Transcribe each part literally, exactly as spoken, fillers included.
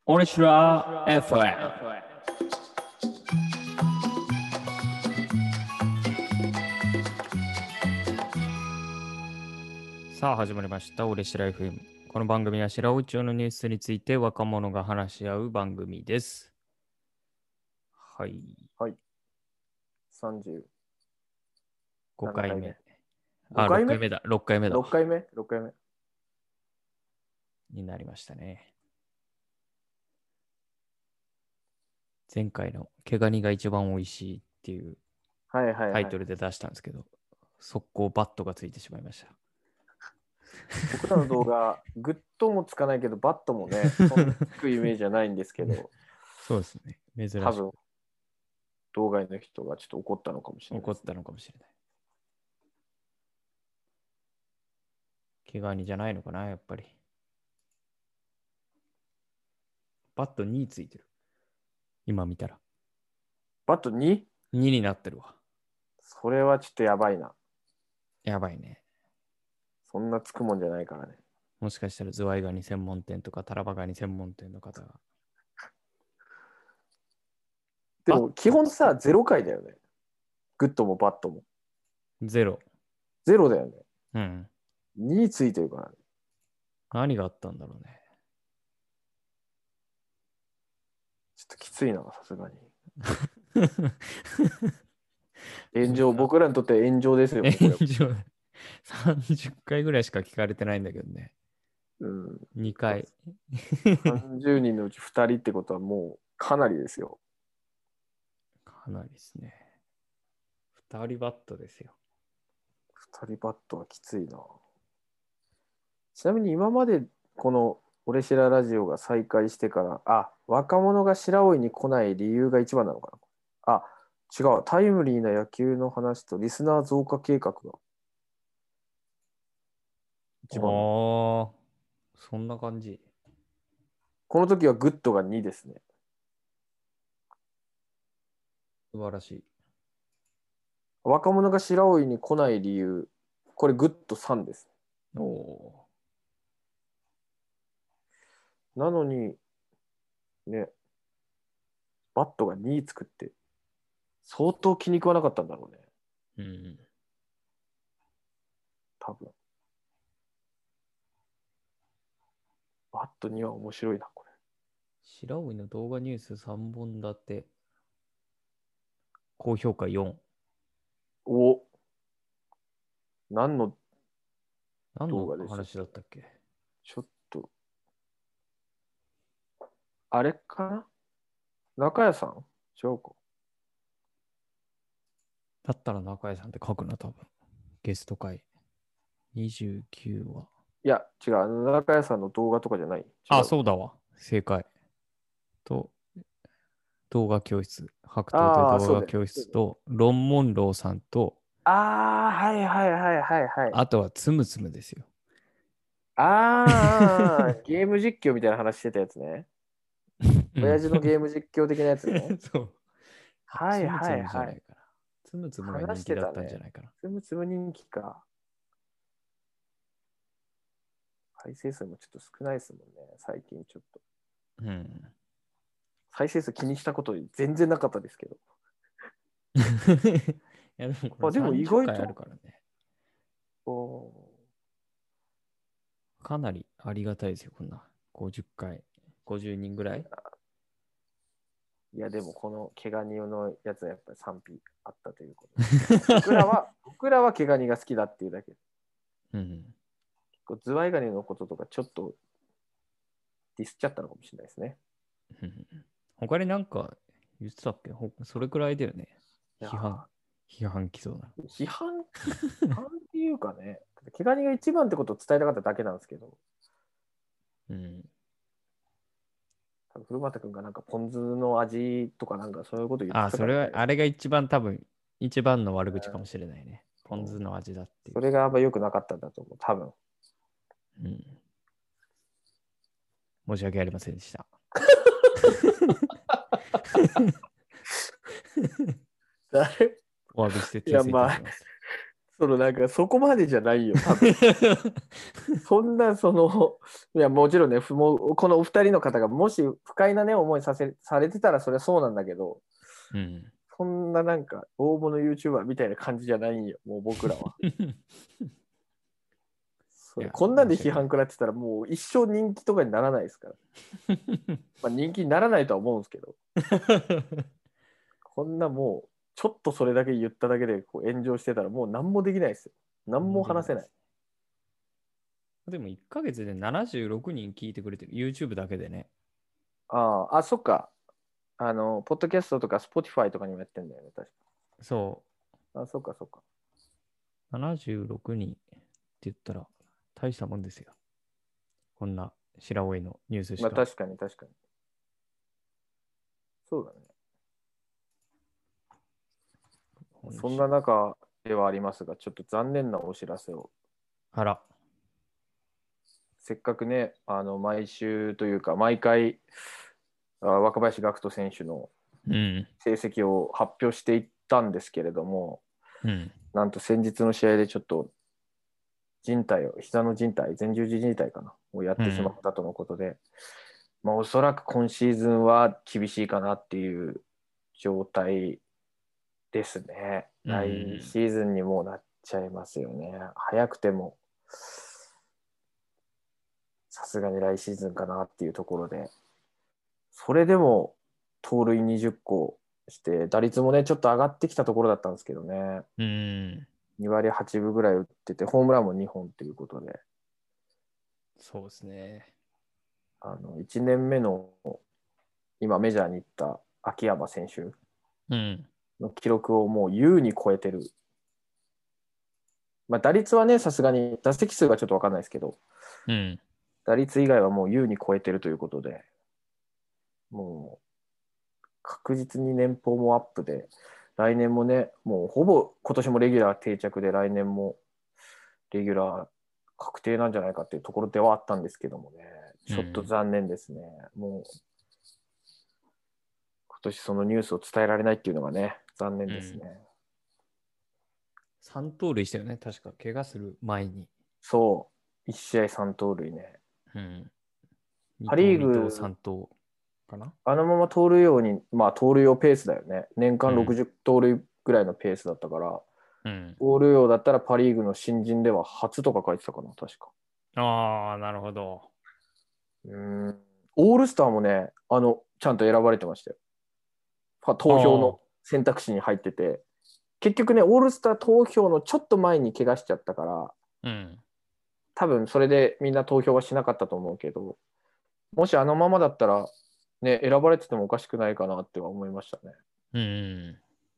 オレシラ エフエム。さあ始まりました。オレシラ エフエム。この番組は白尾町のニュースについて若者が話し合う番組です。はい。 はい。さんじゅうごかいめ。 ごあ、 かいめろっかいめだ。ろっかいめだ。 ろっかいめ ?ろっ 回目。 になりましたね。前回の毛ガニが一番美味しいっていうはいはいはい。 タイトルで出したんですけど、速攻バットがついてしまいました。 僕らの動画、グッドもつかないけど、バットもね、そんなつくイメージじゃないんですけど、 そうですね。珍し多分く、 動画の人がちょっと怒ったのかもしれないですね、 怒ったのかもしれない。毛ガニじゃないのかな、やっぱり。バットについてる。今見たら。 バット に? にになってるわ。 それはちょっとやばいな。 やばいね。 そんなつくもんじゃないからね。 もしかしたらズワイガニ専門店とかタラバガニ専門店の方が。 でも基本さ、ゼロ回だよね。グッドもバットも。 ゼロ。 ゼロだよね。 うん。 についてるからね。 何があったんだろうね。 ちょっときついな、さすがに。炎上、僕らにとって炎上ですよ。 炎上。さんじゅっかいぐらいしか聞かれてないんだけどね。 うん。 にかい。 さんじゅうにんのうちふたりってことはもうかなりですよ。 かなりですね。ふたりバットですよ。 ふたりバットはきついな。ちなみに今までこのオレシララジオが再開してから、あ、若者が白老に来ない理由が一番なのかな。あ、違う。タイムリーな野球の話とリスナー増加計画が一番なの。 ああ、そんな感じ。 この時はグッドがにですね。 素晴らしい。 若者が白老に来ない理由、これグッドさんです。 おおなのに、ね、バットがに作って、相当気に食わなかったんだろうね。 ー。うん。 多分。バットには面白いな、これ。 白老の動画ニュースさんぼん立て。高評価よん。 お、何の何の動画でしたっけ話だったっけ？ ちょっと、あれかな中谷さん違うか。 だったら中井さんって書くな、多分。ゲスト会。にじゅうきゅうわ。 いや、違う。あの中谷さんの動画とかじゃない。違うあ、そうだわ。正解。と、動画教室。白桃でああ、 動そうだよ。 画教室と、ロン・モンローさんと、 ああ、はいはいはいはいはい。 あとはつむつむですよ。 ああ、ゲーム実況みたいな話してたやつね。 うん、 親父のゲーム実況的なやつね。 そう。 はいつむつはいはい。 むじゃないかな。つむつむが話し人気だったんじゃてたね。 ないかな。 つむつむ人気か。再生数もちょっと少ないですもんね。最近ちょっと。 うん。 再生数気にしたこと全然なかったですけど。 いや、でもこれあ、でも意さんじゅっ外と。 かいあるからね。 おかなりありがたいですよ、こんな。ごじゅっかい。ごじゅうにんぐらい。 いや、でもこの毛ガニのやつはやっぱり賛否あったということで。僕らは、僕らは毛ガニが好きだっていうだけで。 うん。 結構ズワイガニのこととかちょっとディスっちゃったのかもしれないですね。 他になんか言ってたっけ？ほそれくらいだよね。 いや批判、批判来そうな。 批判、批判っていうかね、毛ガニが一番ってことを伝えたかっただけなんですけど、 うん。 多分古畑君がなんかポン酢の味とかなんかそういうこと言ってあ、それは、 たからね。 あれが一番多分、一番の悪口かもしれないね。ポン酢の味だっていう。 それがあんま良くなかったんだと思う、多分。 うん。申し訳ありませんでした。 誰お詫びして訂いや、 正いまあ、 たします。 そのなんかそこまでじゃないよ、多分。そんなその、いやもちろんね、ふもうこのお二人の方がもし不快なね、思いさせされてたらそれはそうなんだけど、 うん。 そんななんか大物 YouTuber みたいな感じじゃないんよ、もう僕らは。そいや、 れこんなんで批申し訳ない。 判食らってたらもう一生人気とかにならないですから。まあ、人気にならないとは思うんですけど、こんなもうちょっとそれだけ言っただけでこう炎上してたらもう何もできないですよ。何も話せない。 でもいっかげつでななじゅうろくにん聞いてくれてる。YouTube だけでね。 ああ、あ、そっか。あの、ポッドキャストとか Spotify とかにもやってんだよね、確そか。あ、そっかそっか。 う。ななじゅうろくにんって言ったら大したもんですよ。こんな白老のニュースしか。 まあ確かに確かに。そうだね。そんな中ではありますが、ちょっと残念なお知らせを。 あら。 せっかくね、あの毎週というか、毎回、あ若林学人選手のうん。 成績を発表していったんですけれども、 うん。 なんと先日の試合でちょっと靭帯を、膝の靭帯、前十字靭帯かな、をやってしまったとのことで、まあ、おそらく今シーズンは厳しいかなっていう状態ですね。 うん。 来シーズンにもうなっちゃいますよね。早くても、さすがに来シーズンかなっていうところで、それでも盗塁にじゅっこして、打率もね、ちょっと上がってきたところだったんですけどね、 うん。 に割はちぶぐらい打ってて、ホームランもにほんということで、 そうですね。 あのいちねんめの今メジャーに行った秋山選手うん。 の記録をもう優に超えてる。まあ、打率はね、さすがに打席数がちょっと分かんないですけど、 うん。 打率以外はもう優に超えてるということで、もう確実に年俸もアップで、来年もね、もうほぼ今年もレギュラー定着で、来年もレギュラー確定なんじゃないかっていうところではあったんですけどもね、ちょっと残念ですね。もう今年そのニュースを伝えられないっていうのがね、残念ですね。 うん。さん盗塁したよね。確か、怪我する前に。 そう、いち試合さん盗塁ね。 うん。にパ・リ投、に投、 ーグ、 さん投かな。 あのまま盗塁ように、まあ盗塁用ペースだよね。年間うん。 ろくじゅう盗塁ぐらいのペースだったから、 うん。 盗塁王だったらパ・リーグの新人では初とか書いてたかな、確か。 ああ、なるほど。 うんオールスターもね、あの、ちゃんと選ばれてましたよ。投票のああ。 選択肢に入ってて、結局ね、オールスター投票のちょっと前に怪我しちゃったから、 うん。 多分それでみんな投票はしなかったと思うけど、もしあのままだったら、ね、選ばれててもおかしくないかなっては思いましたね。 うん。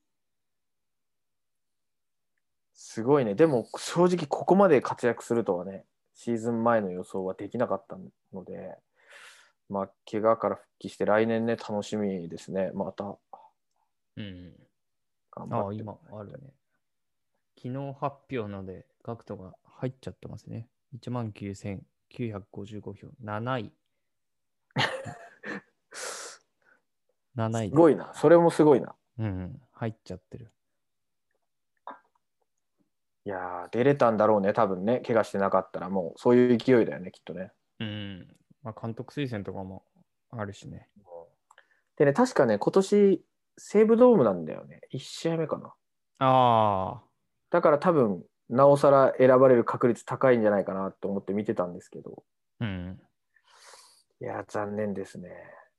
すごいね。でも正直ここまで活躍するとはね、シーズン前の予想はできなかったので、まあ、怪我から復帰して来年ね、楽しみですね。またうん。ああ、 頑張っても今あるね。昨日発表ので、ガクトが入っちゃってますね。いちまんきゅうせんきゅうひゃくごじゅうご票。なない。なないで。 すごいな。それもすごいな。 うん。入っちゃってる。 いやー、出れたんだろうね、多分ね。怪我してなかったら、もうそういう勢いだよね、きっとね。 うん。まあ、監督推薦とかもあるしね。 でね、確かね、今年、西武ドームなんだよね。いち試合目かな。 ああ。 だから多分、なおさら選ばれる確率高いんじゃないかなと思って見てたんですけど、 うん。 いやー、残念ですね。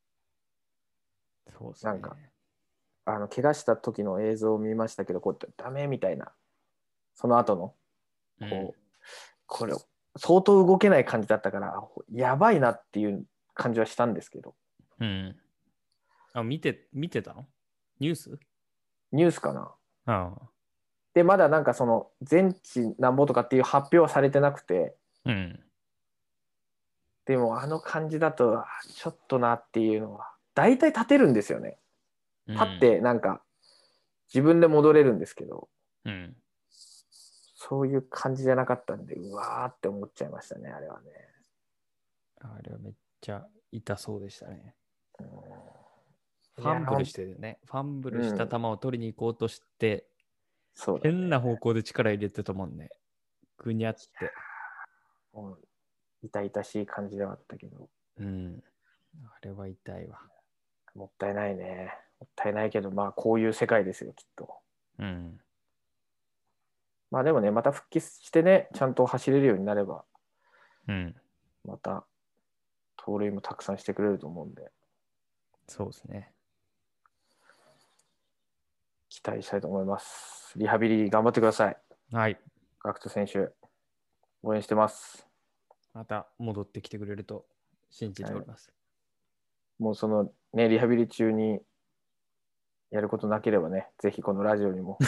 そうですなんか、 ね。 あの怪我した時の映像を見ましたけど、こうダメみたいな、その後の、 うん。 こう、これ、相当動けない感じだったから、やばいなっていう感じはしたんですけど、 うん。あ、見て、見てたのニュース。 ニュースかな。 ああ。 で、まだなんかその、全治なんぼとかっていう発表はされてなくて、 うん。 でもあの感じだと、ちょっとなっていうのは、大体立てるんですよね。立っうん。 てなんか、自分で戻れるんですけど、 うん。 そういう感じじゃなかったんで、うわーって思っちゃいましたね、あれはね。 あれはめっちゃ痛そうでしたね。 うん、いや、 ファンブルしてるね。ファンブルしたうん、 球を取りに行こうとして、 そうだね。 変な方向で力入れてたもんね。ぐにゃって。 もう痛々しい感じではあったけど。 うん。あれは痛いわ。 もったいないね。もったいないけど、まあこういう世界ですよ、きっと。 うん。 まあでもね、また復帰してね、ちゃんと走れるようになれば、 うん。 また盗塁もたくさんしてくれると思うんで、 そうですね。 期待したいと思います。リハビリ頑張ってください。 はい。 ガクト選手、応援してます。 また戻ってきてくれると信じております。 もうそのね、リハビリ中にやることなければね、ぜひこのラジオにも。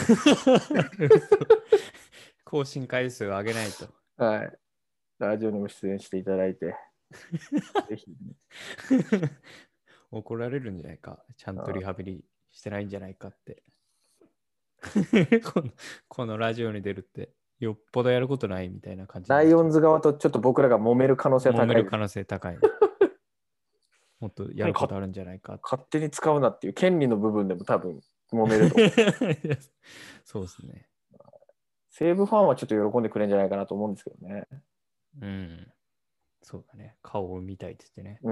更新回数を上げないと。 はい。ラジオにも出演していただいて、ぜひ、ね、 怒られるんじゃないか。ちゃんとリハビリしてないんじゃないかって。このこのラジオに出るってよっぽどやることないみたいな感じ。 ライオンズ側とちょっと僕らが揉める可能性は高いです。 揉める可能性高い、ね。もっとやることあるんじゃないか。 勝手に使うなっていう権利の部分でも多分揉めると思う。 そうですね。 西武ファンはちょっと喜んでくれるんじゃないかなと思うんですけどね。 うん。そうだね。顔を見たいって言ってね。 うん。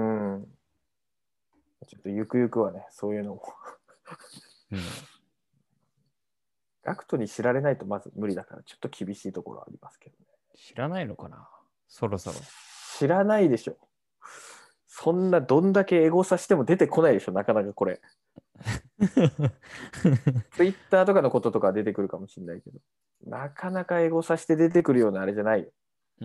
ちょっとゆくゆくはね、そういうのも。 うん。 ガクトに知られないとまず無理だから、ちょっと厳しいところはありますけどね。 知らないのかなそろそろ。 知らないでしょ。そんなどんだけエゴサしても出てこないでしょ、なかなかこれ。ツイッターとかのこととか出てくるかもしれないけど、なかなかエゴサして出てくるようなあれじゃないよ。 うん。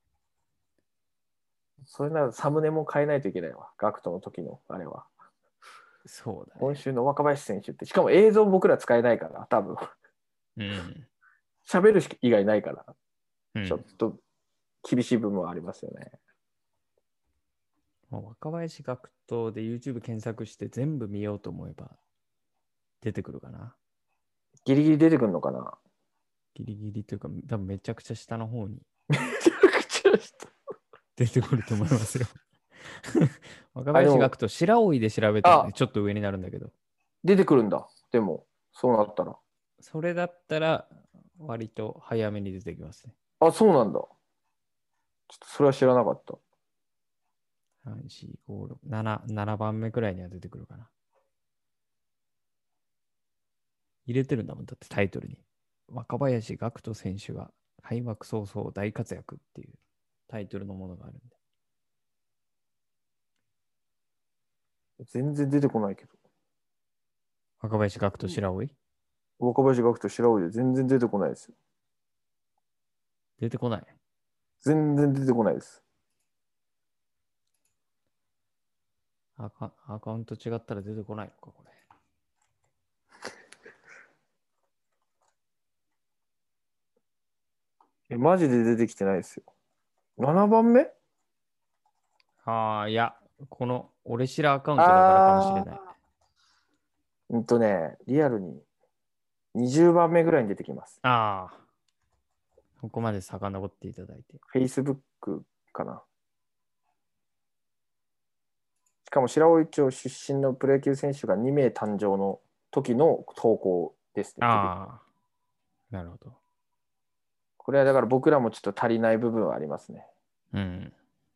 それならサムネも変えないといけないわ。ガクトの時のあれは。 そうだね。 今週の若林選手って、しかも映像僕ら使えないから、多分。 うん。 喋る以外ないから、 うん、 ちょっと厳しい部分はありますよね。 まあ、若林学徒で YouTube 検索して全部見ようと思えば出てくるかな。 ギリギリ出てくるのかな。 ギリギリというか、多分めちゃくちゃ下の方にめちゃくちゃした。 出てくると思いますよ。若あ、でも、 林学徒、白老で調べたらね、 あ、 ちょっと上になるんだけど、 出てくるんだ。でも、そうなったら。 それだったら割と早めに出てきますね。 あ、そうなんだ。ちょっとそれは知らなかった。 さん、よん、ご、ろく、なな、ななばんめくらいには出てくるかな。入れてるんだもん、だってタイトルに。若林学徒選手が開幕早々大活躍っていうタイトルのものがあるんで。 全然出てこないけど。 若林学徒白老若林学と白老で全然出てこないですよ。 出てこない。 全然出てこないです。 アカアカウント違ったら出てこないのか、これ。 え、マジで出てきてないですよ。ななばんめ。 ああ、いや、この俺知らアカウントだからかもしれない。 うんとね、リアルににじゅうばんめぐらいに出てきます。 ああ、ここまで遡っていただいて。 Facebook かな。しかも白老町出身のプロ野球選手がに名誕生の時の投稿ですね。 ああ、なるほど。 これはだから僕らもちょっと足りない部分はありますね。 うん。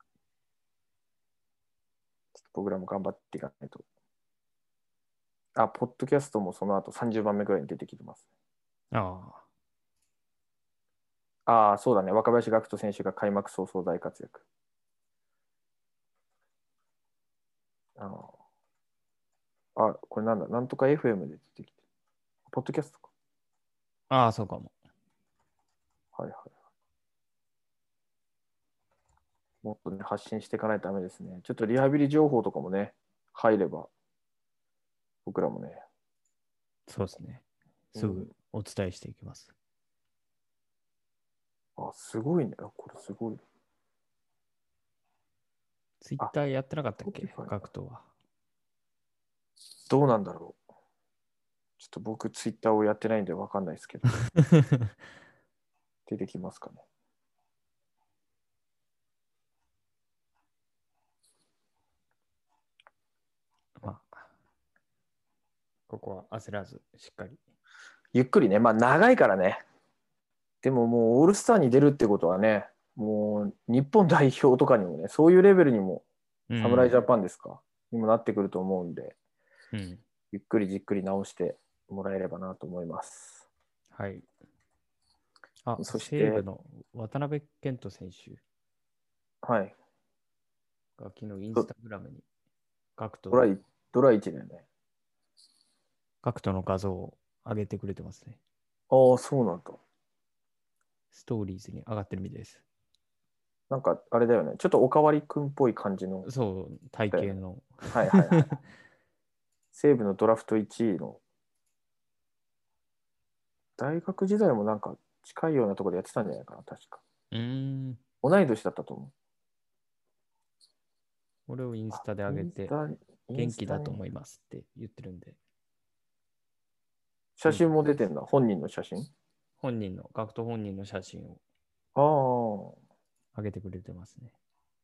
ちょっと僕らも頑張っていかないと。あ、ポッドキャストもその後さんじゅうばんめぐらいに出てきてます。 あああ、そうだね。若林学人選手が開幕早々大活躍。ああ、あ、これなんだ。なんとか エフエム で出てきてる。ポッドキャストか。 あ、ああ、そうかも。 はいはい。もっとね、発信していかないとダメですね。ちょっとリハビリ情報とかもね、入れば、僕らもね。 そうですね。すぐお伝えしていきます。 うん、あ、すごいね。あ、これすごい。 ツイッターやってなかったっけ Spotify ガクトは。 どうなんだろう。ちょっと僕、ツイッターをやってないんで分かんないですけど。出てきますかね。 まあ、ここは焦らず、しっかり。 ゆっくりね、まあ長いからね。でももうオールスターに出るってことはね、もう日本代表とかにもね、そういうレベルにも、 うん。 侍ジャパンですか、にもなってくると思うんで、 うん。 ゆっくりじっくり直してもらえればなと思います。 はい。あ、 そして、 西武の渡辺健人選手はい、 が昨日インスドタグラムにガクトの、 ドライ、ドライチだよね。 ガクトの画像を上げてくれてますね。 ああ、そうなんだ。 ストーリーズに上がってるみたいです。 なんかあれだよね。ちょっとおかわりくんっぽい感じの、 そう、体だよね。 型の。 はいはいはい。西武のドラフトいちいの、大学時代もなんか近いようなところでやってたんじゃないかな、確か。 うーん。 同い年だったと思う。 これをインスタでイ上げて、 ンスタ、イン元気スタにだと思いますって言ってるんで、 写真元気みたいです。 も出てんだ、本人の写真。 本人の、ガクト本人の写真をああ、 上げてくれてますね。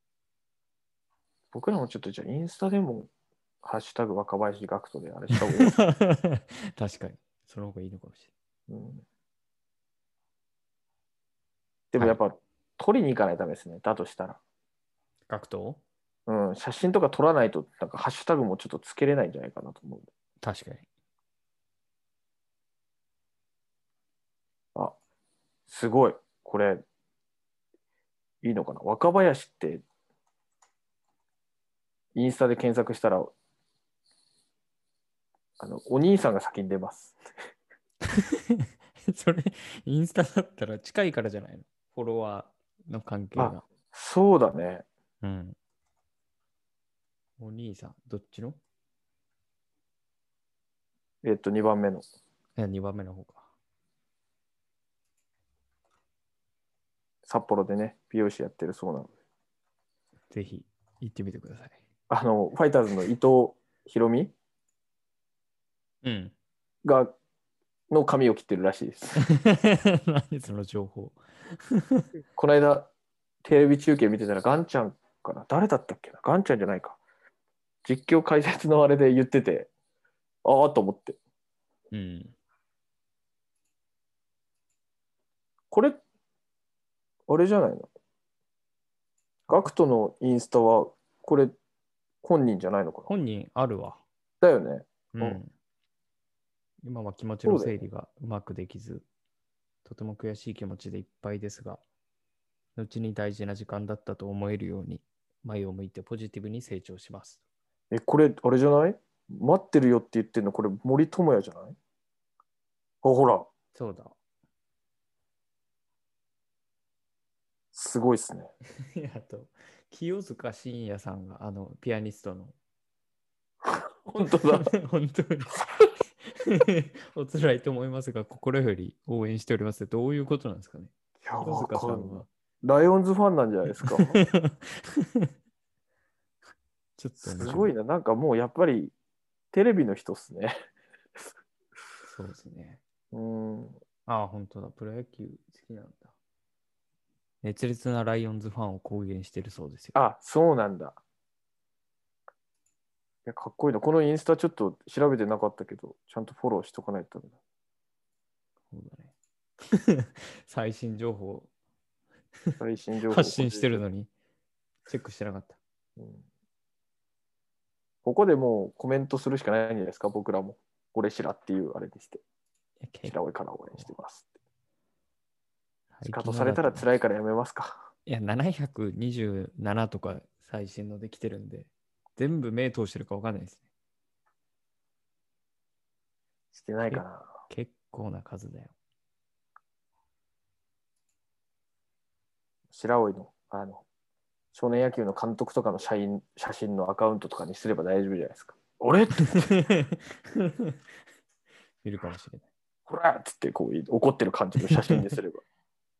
僕らもちょっとじゃあインスタでも、ハッシュタグ若林学徒であれした方がいいですか。 確かに。その方がいいのかもしうん、でれない。はい。 もやっぱ撮りに行かないとダメですね。だとしたら。 ガクトうん、写真とか撮らないと、なんかハッシュタグもちょっとつけれないんじゃないかなと思う。 確かに。 あ、すごい。これ、いいのかな。若林ってインスタで検索したら、あの、お兄さんが先に出ます。 それ、インスタだったら近いからじゃないの？フォロワーの関係あ、 が。 そうだね。 うん。お兄さん、どっちの？ えっと、にばんめの。 いや、にばんめの方か。 札幌でね、美容師やってるそうなので。 ぜひ、行ってみてください。 あの、ファイターズの伊藤博美うん。 が、の髪を切ってるらしいです。 何その情報。 この間、テレビ中継見てたら、ガンちゃんかな、誰だったっけな、ガンちゃんじゃないか。実況解説のあれで言ってて、ああと思って。 うん。 これ、あれじゃないの、ガクトのインスタは、これ、本人じゃないのかな。 本人あるわ。 だよね。うん。 うん。今は気持ちのそうだよね。 整理がうまくできず、とても悔しい気持ちでいっぱいですが、後に大事な時間だったと思えるように、前を向いてポジティブに成長します。 え、これ、あれじゃない、待ってるよって言ってんの、これ、森友哉じゃない？あ、ほら、 そうだ。 すごいっすね。 あと、清塚信也さんが、あの、ピアニストの、 本当だ。 本当にお辛いと思いますが、心より応援しております。どういうことなんですかね。 いや、 清わかんない。 塚さんはライオンズファンなんじゃないですか。 ちょっと面白い。 すごいな。なんかもうやっぱりテレビの人っすね。 そうですね。 うん。 ああ、本当だ。プロ野球好きなんだ。熱烈なライオンズファンを公言してるそうですよ。 あ、そうなんだ。いや、かっこいいな。このインスタちょっと調べてなかったけど、ちゃんとフォローしとかないとダメだ。 そうだね。最新情報を最新情報発信しを個人情報。 てるのに、チェックしてなかった。 うん、ここでもうコメントするしかないんじゃないですか、僕らも。俺しらっていうあれにして。 いや結白老から応援して構、 ますって。ス最カトされたら近のだと、 辛いからやめますか。 いや、ななひゃくにじゅうななとか最新のできてるんで、全部目通してるかわかんないですね。 してないかけな。 結構な数だよ。 白老の、あの、少年野球の監督とかの社員写真のアカウントとかにすれば大丈夫じゃないですか。俺って思って、 見るかもしれない。 ほらっつってこう怒ってる感じの写真にすれば。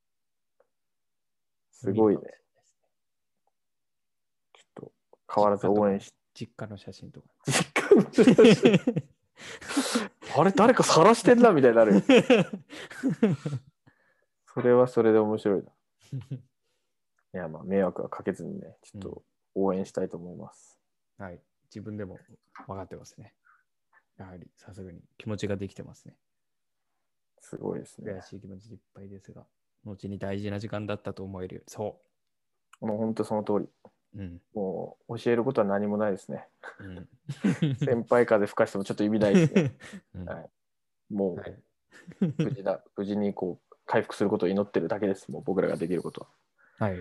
すごいね。 見るかもしれないですね。 ちょっと変わらず実家とかね、 応援し、 実家の写真とか。 実家の写真。あれ、誰か晒してんなみたいになる。それはそれで面白いな。いや、まあ、迷惑はかけずにね、ちょっと応援したいと思います。 うん、はい。自分でも分かってますね。やはり、さすがに気持ちができてますね。 すごいですね。 悔しい気持ちでいっぱいですが、後に大事な時間だったと思えるよ。そもう本当その通り。 う。うん。 もう教えることは何もないですね。 うん。 先輩風吹かしてもちょっと意味ないですね。 うんはい、もはい。 う無事だ、無事にこう回復することを祈ってるだけです。もう僕らができることは。 はい。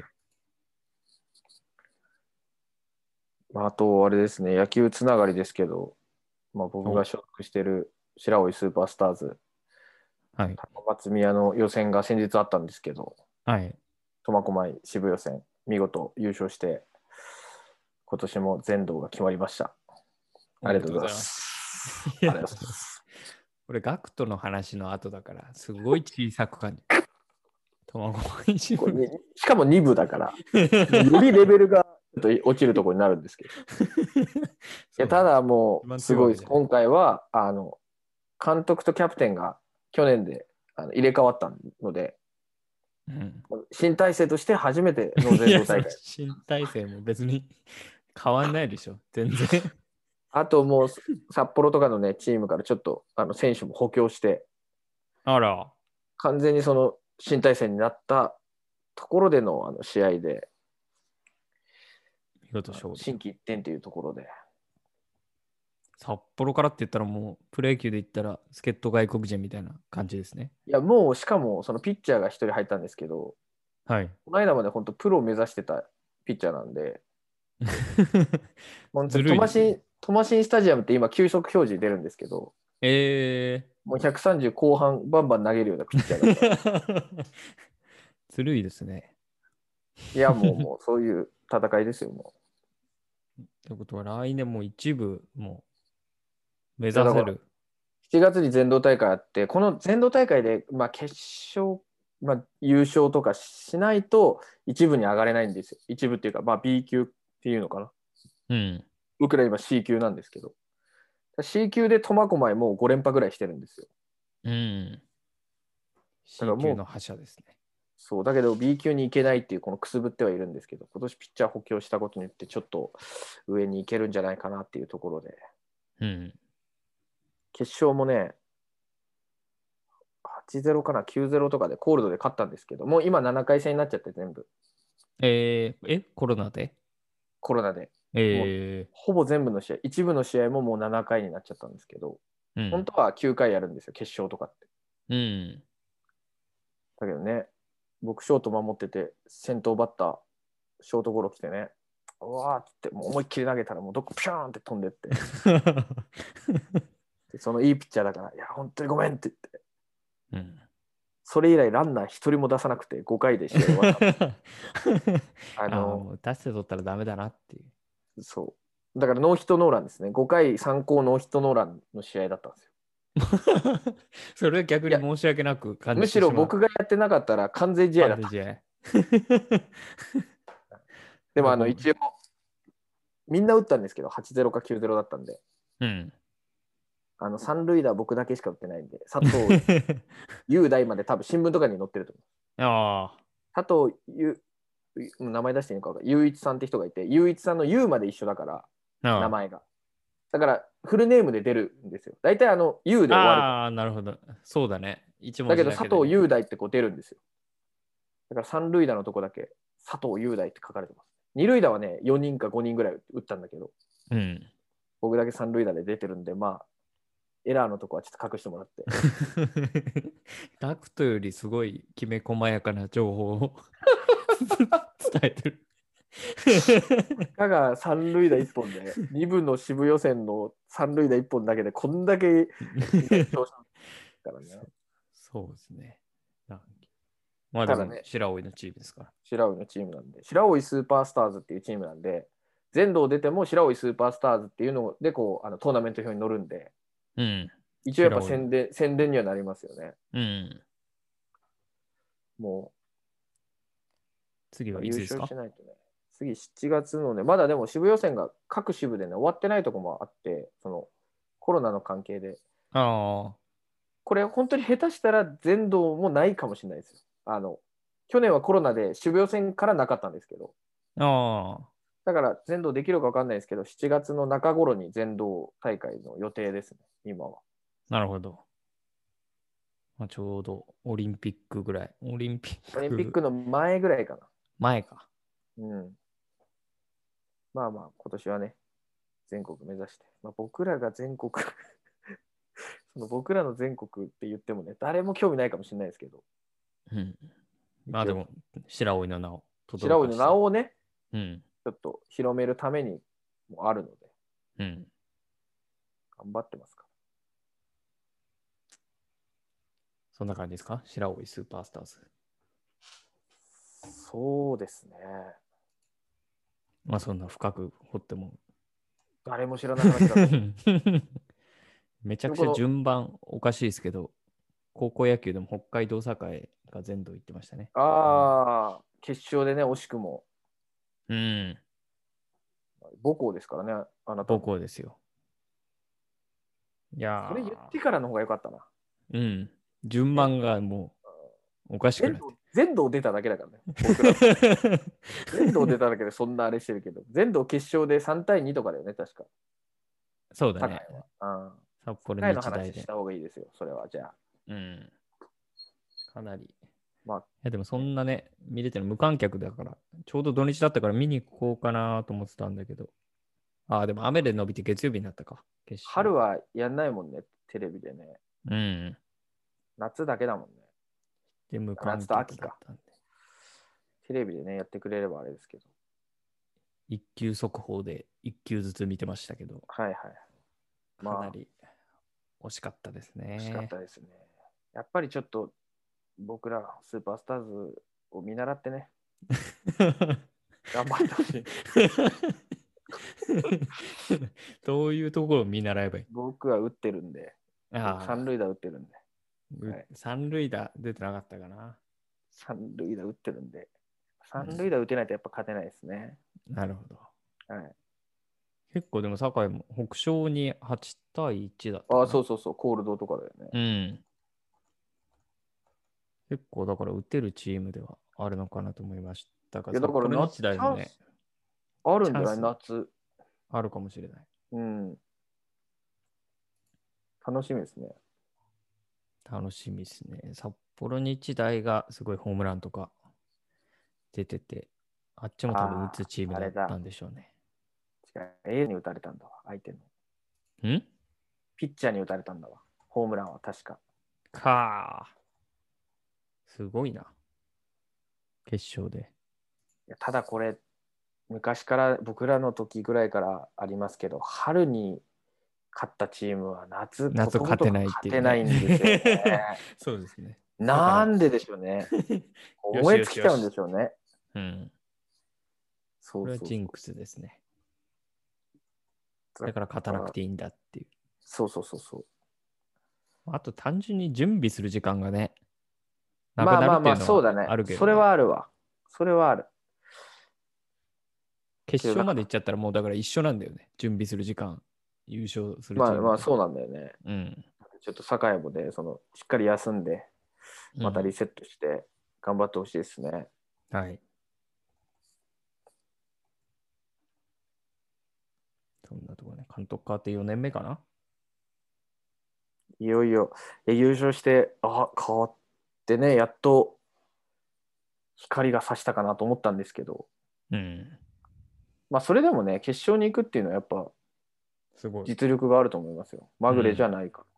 まあ、あと、あれですね、野球つながりですけど、まあ、僕お、 が所属している白老スーパースターズ、 はい。 高松宮の予選が先日あったんですけど、 はい。 苫小牧支部予選、見事優勝して、今年も全道が決まりました。 おめでありがとうございまとうございます。 す。 いや、 ありがとうございます。 これ、ガクトの話の後だから、すごい小さく感じ。苫小牧新聞。 これにしかもに部だから、よりレベルがちょっと落ちるところになるんですけど。いや、 そうね。 ただも一番う、すごいです。 強いわけじゃない。 今回は、あの、監督とキャプテンが去年であの入れ替わったので、 うん。 新体制として初めてのいや、その全道大会。 新体制も別に変わんないでしょ。全然。 あともう札幌とかのね、チームからちょっとあの選手も補強して、 あら。 完全にその新体制になったところでのあの試合で、 見事勝利。 心機一転というところで。 札幌からって言ったらもう、プロ野球で言ったら、助っ人外国人みたいな感じですね。 いや、もうしかもそのピッチャーが一人入ったんですけど、 はい。 この間まで本当プロを目指してたピッチャーなんで、本当ずにるいですね。 トマシン、トマシンスタジアムって今、球速表示出るんですけど、 えもうひゃくさんじゅう後半バンバン投げるようなピッチャーだったんで。 ー。ずるいですね。 いや、もう、もうそういう戦いですよ、もということは、来年も一部もう目う。いや、だから、 指せる。 しちがつに全道大会あって、この全道大会で、まあ、決勝、まあ、優勝とかしないと、一部に上がれないんですよ。一部っていうか、まあ、B 級っていうのかな。 うん。 僕ら今 C 級なんですけど、C 級で苫小牧もうご連覇ぐらいしてるんですよ。 うん。 だから C 級もう、 の覇者ですね。 そう、だけど B 級に行けないっていう、このくすぶってはいるんですけど、今年ピッチャー補強したことによって、ちょっと上に行けるんじゃないかなっていうところで、 うん。 決勝もね、はちたいゼロかな、きゅうたいゼロとかでコールドで勝ったんですけど、もう今ななかい戦になっちゃって全部、 えー、え、コロナでコロナで。もうえほぼ全部の試合、一部の試合ももうななかいになっちゃったんですけど、 ー、うん。 本当はきゅうかいやるんですよ、決勝とかって。 うん。 だけどね、僕、ショート守ってて、先頭バッター、ショートゴロ来てね、うわーって、もう思いっきり投げたら、もうどっかピシャーンって飛んでって、でそのいいピッチャーだから、いや、本当にごめんって言って、 うん。 それ以来ランナー一人も出さなくて、ごかいで試合終わった。あああ、 の、 もう出して取ったらダメだなっていう。 そう。だからノーヒットノーランですね。ごかいさんこうノーヒットノーランの試合だったんですよ。 それは逆いや、 に申し訳なく感むしろじてしまう。 僕がやってなかったら完全試合だった。 完全試合。 でも、あの、 いやごめん一応、みんな打ったんですけど、はちたいゼロかきゅうたいゼロだったんで、 うん。 あの、三塁打僕だけしか打ってないんで、佐藤雄大まで多分新聞とかに載ってると思あう。佐藤雄、名前出していいのか分かんない。雄一さんって人がいて、雄一さんの雄まで一緒だから、 あ、あ名前が。だから、フルネームで出るんですよ。大体、あの、雄であ、 終わるから。 ああ、なるほど。そうだね。一文字だけど、佐藤だけでね。 雄大ってこう出るんですよ。だから、三塁打のとこだけ、佐藤雄大って書かれてます。二塁打はね、よにんかごにんぐらい打ったんだけど、 うん。 僕だけ三塁打で出てるんで、まあ、エラーのとこはちょっと隠してもらって。 ダクトよりすごいきめ細やかな情報を伝えてる。 たが三塁打いっぽんで、に部の支部予選の三塁打いっぽんだけで、こんだけ、ね、調子からね。 そうですね。まあでも、 ただね、 白老のチームですから。 白老のチームなんで、白老スーパースターズっていうチームなんで、全道出ても白老スーパースターズっていうのでこうあのトーナメント表に載るんで、 うん。 一応やっぱ白老。 宣伝宣伝にはなりますよね。 うん。 も次う優勝はいつですか？ しないとね。次しちがつのね、まだでも支部予選が各支部でね、終わってないとこもあって、そのコロナの関係で。 あこれ本当に下手したら全道もないかもしれないですよ。あの、去年はコロナで支部予選からなかったんですけど、 あ、ああ、 だから全道できるか分かんないですけど、しちがつの中頃に全道大会の予定ですね、今は。 なるほど。 まあ、ちょうどオリンピックぐらい。オリンピッオリンピッククの前ぐらいかな。 前か。 うん。まあまあ、今年はね、全国目指して。まあ、僕らが全国その僕らの全国って言ってもね、誰も興味ないかもしれないですけど、 うん。まあ一応、 でも、白老の名を轟白老のかして。 名をね、 うん。 ちょっと広めるためにもあるので、 うん。 頑張ってますかそんな感じですか？白老スーパースターズ。 ら。そうですね。 まあそんな深く掘っても。 誰も知らない話だと思う。 めちゃくちゃでもこの、 順番おかしいですけど、高校野球でも北海道栄が全土行ってましたね。 ああ、決勝でね、惜しくも、 うん。 母校ですからね、あなた母の。 校ですよ。いやそれ言ってからの方が良かったな。 ー、うん。順全番がもうおかしく全土なって。 全土出ただけだからね、僕ら。全土出ただけでそんなあれしてるけど、全土決勝でさん対にとかだよね、確か。 そうだね。 堺は。うん。 札幌堺の日大で。 話した方がいいですよ、それは。じゃあ。 うん。かなり。いまあ、 やでもそんなね、見れてる無観客だから、ちょうど土日だったから見に行こうかなと思ってたんだけど。ああ、でも雨で伸びて月曜日になったか。決勝。 春はやんないもんね、テレビでね。 うん。 夏だけだもんね。 で、無観夏と秋か。 客だったんで。 テレビでね、やってくれればあれですけど。 一球速報で一球ずつ見てましたけど、 はいはい。まあ、 かなり惜しかったです惜しかっね。 たですね。やっぱりちょっと僕らスーパースターズを見習ってね、頑張ってほしい。 どういうところを見習えばいい？ 僕は打ってるんで、僕ああ、 三塁打打ってるんで、 うはい、 三塁打出てなかったかな。 三塁打打ってるんで、三塁打打てないとやっぱ勝てないですね。 なるほど。 はい。 結構でも堺も北勝にはち対いちだったああ、 かな。 そうそうそう、コールドとかだよね。 うん。結構だから打てるチームではあるのかなと思いましたが、 いや、だからな、 札幌日大もね、 チャンスあるんじゃないチャンス夏。 あるかもしれない。 うん。楽しみですね。 楽しみですね。札幌日大がすごいホームランとか出てて、あっちも多分打あつチームあ、あれだ。 だったんでしょうね。 違う。A に打たれたんだわ、相手の。 んピッチャーに打たれたんだわ。ホームランは確か。 かー。すごいな。決勝で。 いやただこれ、昔から僕らの時ぐらいからありますけど、春に勝ったチームは夏ことごとく夏勝てないっていうね。 勝てないんですよね。 そうですね。だから、 なんででしょうね。 よし燃え尽きちゃうんでよしよし。 しょうね。 うん。これはそうそうそジンクスですね。 う。 だから勝たなくていいんだっていう。 そうそうそうそう。 あと単純に準備する時間がね、なくまあまあまあ、 なるっていうのはそうだね。それあるけどね。 はあるわ。それはある。 決勝までけどなんか、 行っちゃったらもうだから一緒なんだよね。準備する時間、優勝するまあチームと。 まあそうなんだよね。 うん。 ちょっと堺もね、その、しっかり休んで、またうん。 リセットして頑張ってほしいですね。 はい。そんなところね。監督変わってよねんめかな。 いよいよ、え優勝して、あ、変わってね、やっと光が差したかなと思ったんですけど、 うん。 まあそれでもね、決勝に行くっていうのはやっぱすごい。 実力があると思いますよ。まぐれじゃないから。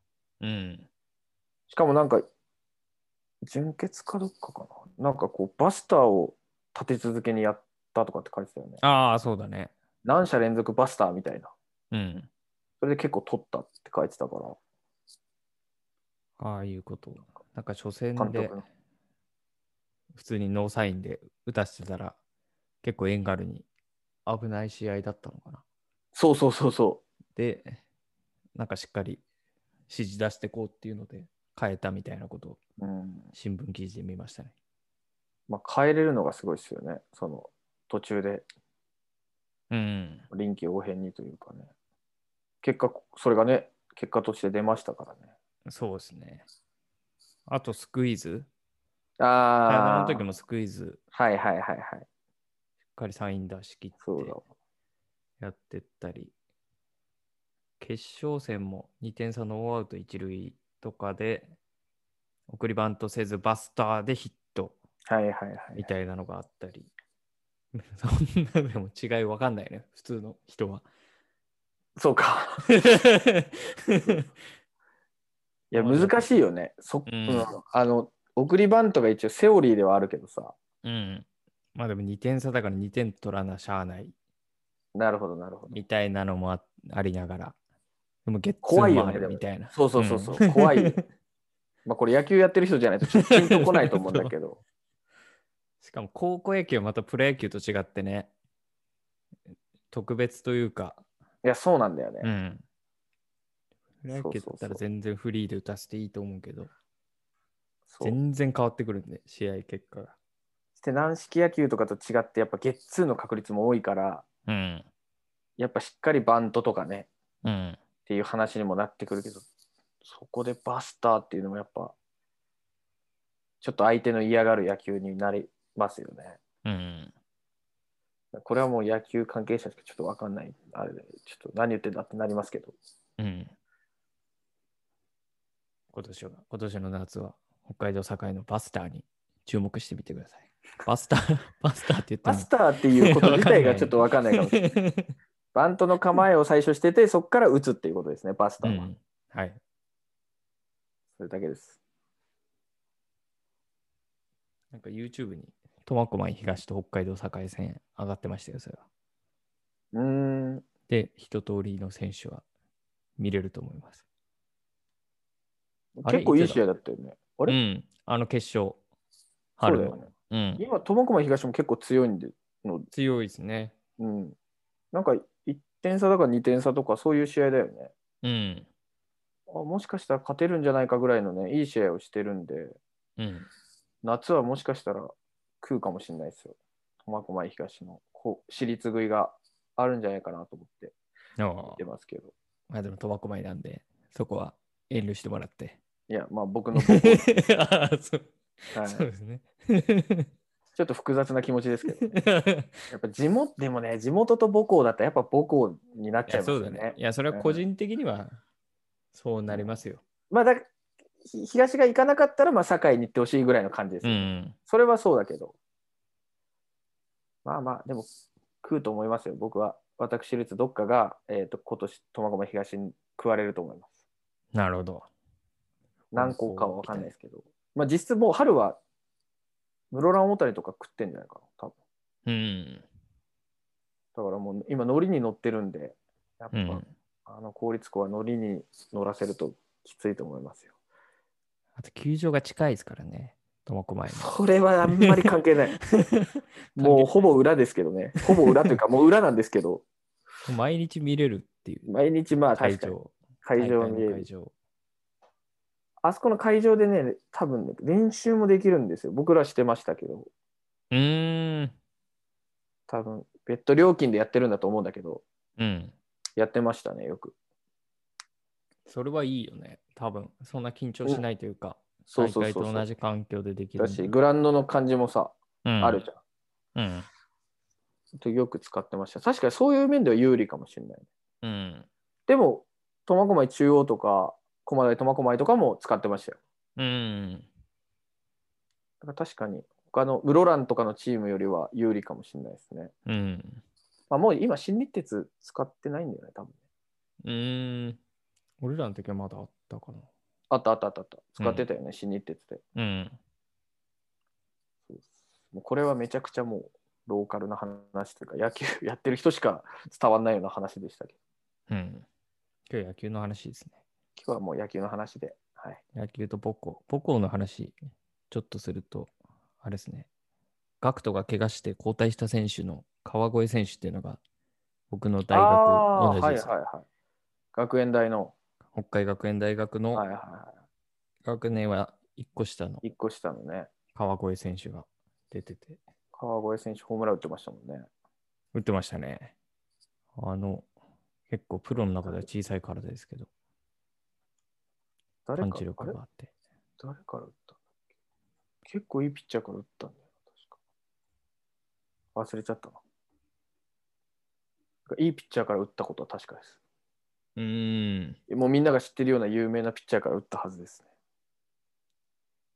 うん。 しかもなんか、準決かどっかかな。なんかこう、バスターを立て続けにやったとかって書いてたよね。 ああ、そうだね。 何社連続バスターみたいな。 うん。 それで結構取ったって書いてたから、 ああいうこと。なんか初戦で監督の。 普通にノーサインで打たせてたら結構エンガルに危ない試合だったのかな。 そうそうそうそで、なんかしっかり指示出してこうっていうので変えたみたいなことをう。うん。 新聞記事で見ましたね。 まあ変えれるのがすごいですよね。その途中でうん。 臨機応変にというかね。結果、それがね、結果として出ましたからね。 そうですね。あとスクイズ。サヨナラの時ああ、 もスクイズはいはいはいはい。 しっかりサイン出し切ってそうだわ。 やってったり、決勝戦もにてん差のノーアウト一塁とかで送りバントせずバスターでヒットはいはいはい。 みたいなのがあったり。そんなでも違いわかんないね、普通の人は。 そうか。いや、難しいよね。そ、 うんうん、あの、送りバントが一応セオリーではあるけどさ。 うん。まあでもにてん差だからにてん取らなしゃあないなるほど、なるほど。 みたいなのも あ, ありながら。でもゲッツー怖いよね、 もあるでも。 みたいな。 そうそうそうそう、怖いよ。まあこれ野球やってる人じゃないとちょっとピンとこないと思うんだけど。 しかも高校野球はまたプロ野球と違ってね、特別というか、 いや、そうなんだよね。 うん。プロ野そう球だったらそうそう。 全然フリーで打たせていいと思うけど、 そう。 全然変わってくるんで、試合結果が。 して軟式野球とかと違ってやっぱゲッツーの確率も多いから、 うん。 やっぱしっかりバントとかねうん。 っていう話にもなってくるけど、そこでバスターっていうのもやっぱちょっと相手の嫌がる野球になりますよね。 うん。 これはもう野球関係者しかちょっと分かんないあれで、ちょっと何言ってんだってなりますけど。 うん。今年は、今年の夏は北海道堺のバスターに注目してみてください。バスター、バスターって言っても。 バスターっていうこと自体がちょっと分かんないかもしれない。バントの構えを最初してて、そこから打つっていうことですね、バスターは。 うん。はい。 それだけです。 なんか YouTube に苫小牧東と北海道堺戦上がってましたよ、それは。 うーん。 で、一通りの選手は見れると思います。あれ結構いい試合いつだだったよね。あれ、 うん。あの決勝。春の。 そうだよね。 うん。 今、苫小牧東も結構強いんでの、 強いですね。 うん。なんかいってん差だかにてん差とかそういう試合だよね。 うん。 あ、もしかしたら勝てるんじゃないかぐらいのね、いい試合をしてるんで、 うん。 夏はもしかしたら食うかもしれないですよ。苫小牧東のこう私立食いがあるんじゃないかなと思ってあ見あ。 てますけど。 まあでも苫小牧なんで、そこは遠慮してもらって。 いや、まあ僕の母校なんで、 ああ、そう。 はい、 そうですね。 ちょっと複雑な気持ちですけどね。やっぱ地元、でもね、地元と母校だったらやっぱ母校になっいや、 ちゃいまそうだね。 すよね。 いや、それはうん個人的にはそうなりますよ。 まあだひ東が行かなかったら、まあ堺に行ってほしいぐらいの感じですよね。 うん。 それはそうだけど。まあまあ、でも食うと思いますよ、僕は。私立どっかが、えー、と今年、苫小牧東に食われると思います。 なるほど。 何校かは分かんないですけど。まあ実質もう春は室蘭大谷とか食ってんじゃないかな、多分。 うん。 だからもう今、ノリに乗ってるんで、やっぱ、 うん。 あの公立校はノリに乗らせるときついと思いますよ。 あと、球場が近いですからね。苫小牧の。 それはあんまり関係ない。もうほぼ裏ですけどね。ほぼ裏というか、もう裏なんですけど、 毎日見れるっていう毎日まあ確かに会場。 会場大会見える。 の会場。 あそこの会場でね、多分ね、練習もできるんですよ。僕らしてましたけど、 うーん。 多分別途料金でやってるんだと思うんだけど、 うん。 やってましたね、よく。 それはいいよね。多分、そんな緊張しないというか、 そう大そうそうそう。 会と同じ環境でできるんだ。 だし、グラウンドの感じもさ、 うん。 あるじゃん。 うん。 よく使ってました。確かにそういう面では有利かもしれない。 うん。 でも、苫小牧中央とか、駒大苫小牧とかも使ってましたよ。 うん。 だから確かに、他の室蘭とかのチームよりは有利かもしれないですね。 うん。 まあ、もう今、新日鉄使ってないんだよね、多分ね。 うーん。俺らの時はまだあったかな。 あったあったあったあった。使ってたよね、新日鉄で。 うん。 もうこれはめちゃくちゃもうローカルな話というか、野球やってる人しか伝わらないような話でしたけど、 うん。今日野球の話ですね。 今日はもう野球の話で。はい、 野球と母校。母校の話、ちょっとすると、あれですね。ガクトが怪我して交代した選手の川越選手っていうのが、僕のあ大学あ、はい同じですよ。 はいはい。学園大の。 北海学園大学のはいはいは学年はいっこ下のい。いっこ下のね。 川越選手が出てて、 川越選手、ホームラン打ってましたもんね。 打ってましたね。あの、結構プロの中では小さい体ですけど、パンチ誰かあれ力があって。 誰から打ったんだっけ。結構いいピッチャーから打ったんだよな、確か。忘れちゃったな。いいピッチャーから打ったことは確かです。 うーん。 もうみんなが知ってるような有名なピッチャーから打ったはずですね。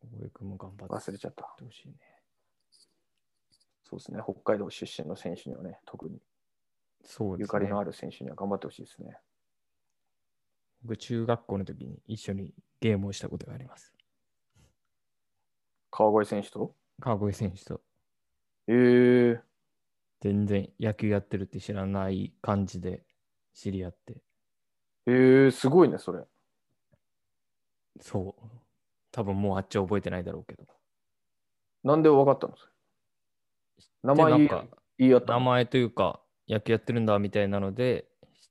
大江君も頑張って忘れちゃった。 ほしいね。 そうですね。北海道出身の選手にはね、特にそうですね。 ゆかりのある選手には頑張ってほしいですね。 僕、中学校の時に一緒にゲームをしたことがあります。 川越選手と川越選手と。 えー、 全然野球やってるって知らない感じで知り合って。 えー、すごいね、それ。 そう。多分もうあっちは覚えてないだろうけど。 なんで分かったの？名前言いでなんか、 言い合ったの？ 名前というか、野球やってるんだみたいなので、知って、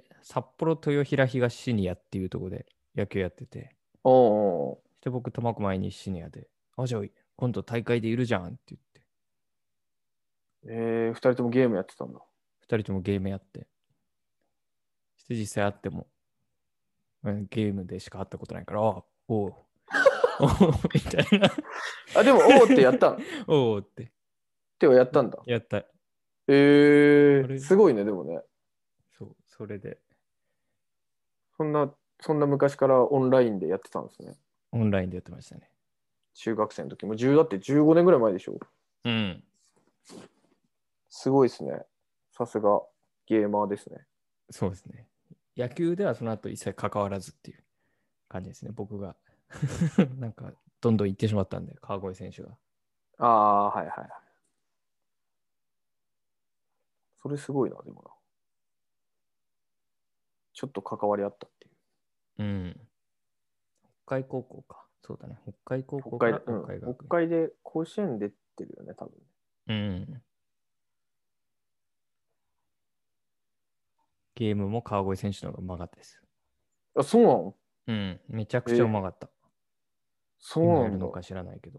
札幌豊平東シニアっていうところで野球やってて、 おーおで、僕、苫小牧にシニアで、あ、じゃあ、今度大会でいるじゃんって言って、 ーえー、二人ともゲームやってたんだ。 二人ともゲームやって、して実際会っても、うんゲームでしか会ったことないから、あ、おう、おう、みたいな、 あ、でも、おーってやったの？ おうって手はやったんだ。 やった。 えー、 あれすごいね、でもね。 そう、それで、 そんな、そんな昔からオンラインでやってたんですね。 オンラインでやってましたね。 中学生の時もじゅうだってじゅうごねんぐらい前でしょ。 うん。 すごいですね。さすがゲーマーですね。 そうですね。野球ではその後一切関わらずっていう感じですね、僕が。なんか、どんどん行ってしまったんで、川越選手が。 ああ、はいはいはい。それすごいな、でもな。ちょっと関わりあったっていう。 うん。北海高校か。そうだね。北海高校から北海、うん、 北海学北海で甲子園出てるよね、多分。 園。うん。ゲームも川越選手の方がうまかったです。 あ、そうなの？ うん。めちゃくえーちゃうまかった。 そうなんだ。 今やるのか知らないけど。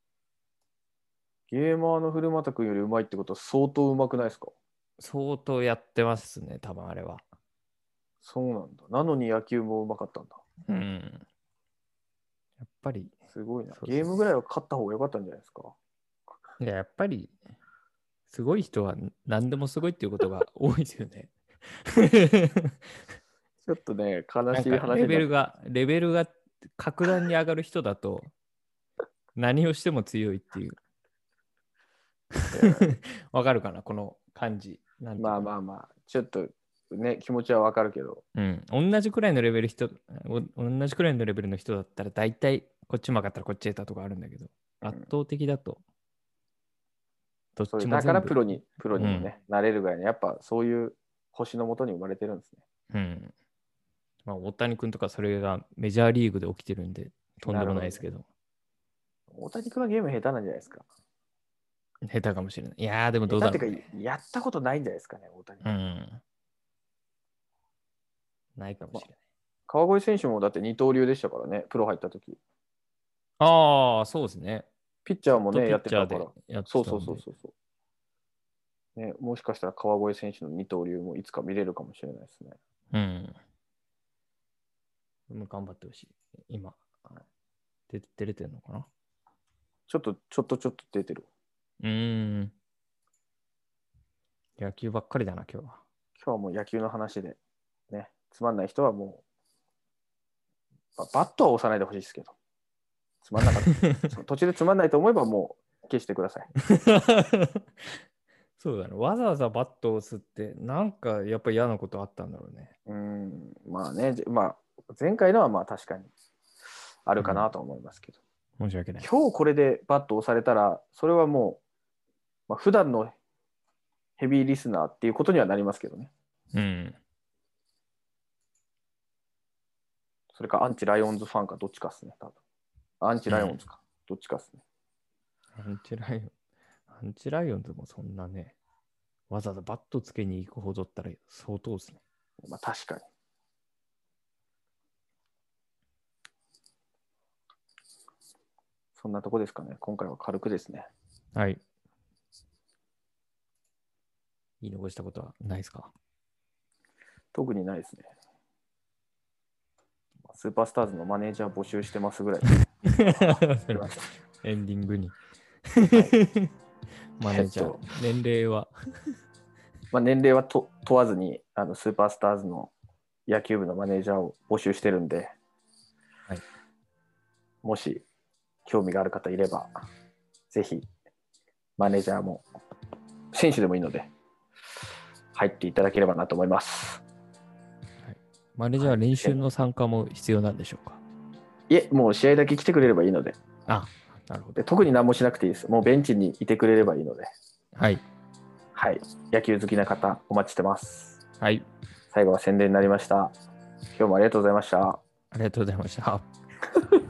ゲーマーの古俣君よりうまいってことは相当うまくないですか？ 相当やってますね、多分あれは。 そうなんだ。なのに野球もうまかったんだ。 うん。やっぱり、 すごいな。 そうそうゲームぐらいは勝った方が良かったんじゃないですか？ いや、やっぱり、すごい人は何でもすごいっていうことが多いですよね。 ちょっとね、悲しいなんか話になって。 レベルが、レベルが格段に上がる人だと何をしても強いっていう。わかるかなこの感じ。なんていうまあか。 まあまあ、ちょっとね、気持ちはわかるけど。 うん。同じくらいのレベル人、お同じくらいのレベルの人だったら大体こっち曲がったらこっち得たとかあるんだけど、 うん圧倒的だとどっそういうだかちも全部。 らプロに、プロにもうん。 ね、なれるぐらいね、やっぱそういう星のもとに生まれてるんですね。 うん。まあ、大谷君とかそれがメジャーリーグで起きてるんで、とんでもないですけど、 大谷君はゲーム下手なんじゃないですか。 下手かもしれない。いやー、でもどう下手っていうか、 だろうね。 やったことないんじゃないですかね、大谷。 うん。ないかもしれない。 川越選手もだって二刀流でしたからね、プロ入った時。 ああ、そうですね。 ピッチャーもね、 ずっとピやッチャーでってたから。 やってそうそうたんで。 そうそうそう。ね、もしかしたら川越選手の二刀流もいつか見れるかもしれないですね。 うん。もう頑張ってほしい。今、出出れてるのかなちょっと、ちょっとちょっと出てる。 うーん。野球ばっかりだな、今日は。 今日はもう野球の話で、ね、つまんない人はもう、バットは押さないでほしいですけど、つまんなかった。途中でつまんないと思えばもう消してください。 そうだね。わざわざバットを押すって、なんかやっぱ嫌なことあったんだろうね。 うん、まあね、まあ、前回のはまあ確かにあるかなと思いますけど、 申し訳ない。 今日これでバット押されたら、それはもう、まあ、普段のヘビーリスナーっていうことにはなりますけどね。 うん。 それかアンチライオンズファンかどっちかっすね、多分。アンチライオンズか、どっちかっすね。 アンチライオン、アンチライオンズもそんなね、わざわざバットつけに行くほどったら相当ですね。 まあ確かに。そんなとこですかね。今回は軽くですね。 はい。言い残したことはないですか？ 特にないですね。スーパースターズのマネージャー募集してますぐらい。 エンディングに。 はいマネージャー、 えっと年齢はまあ、年齢はと問わずにあのスーパースターズの野球部のマネージャーを募集してるんで、 はい、 もし興味がある方いれば、ぜひマネージャーも選手でもいいので入っていただければなと思います。 はい、マネージャーは練習の参加も必要なんでしょうか？ いえ、もう試合だけ来てくれればいいので。 あ、なるほど。 で特に何もしなくていいです。もうベンチにいてくれればいいので。 はい。 はい。野球好きな方お待ちしてます。 はい。 最後は宣伝になりました。今日もありがとうございました。 ありがとうございました。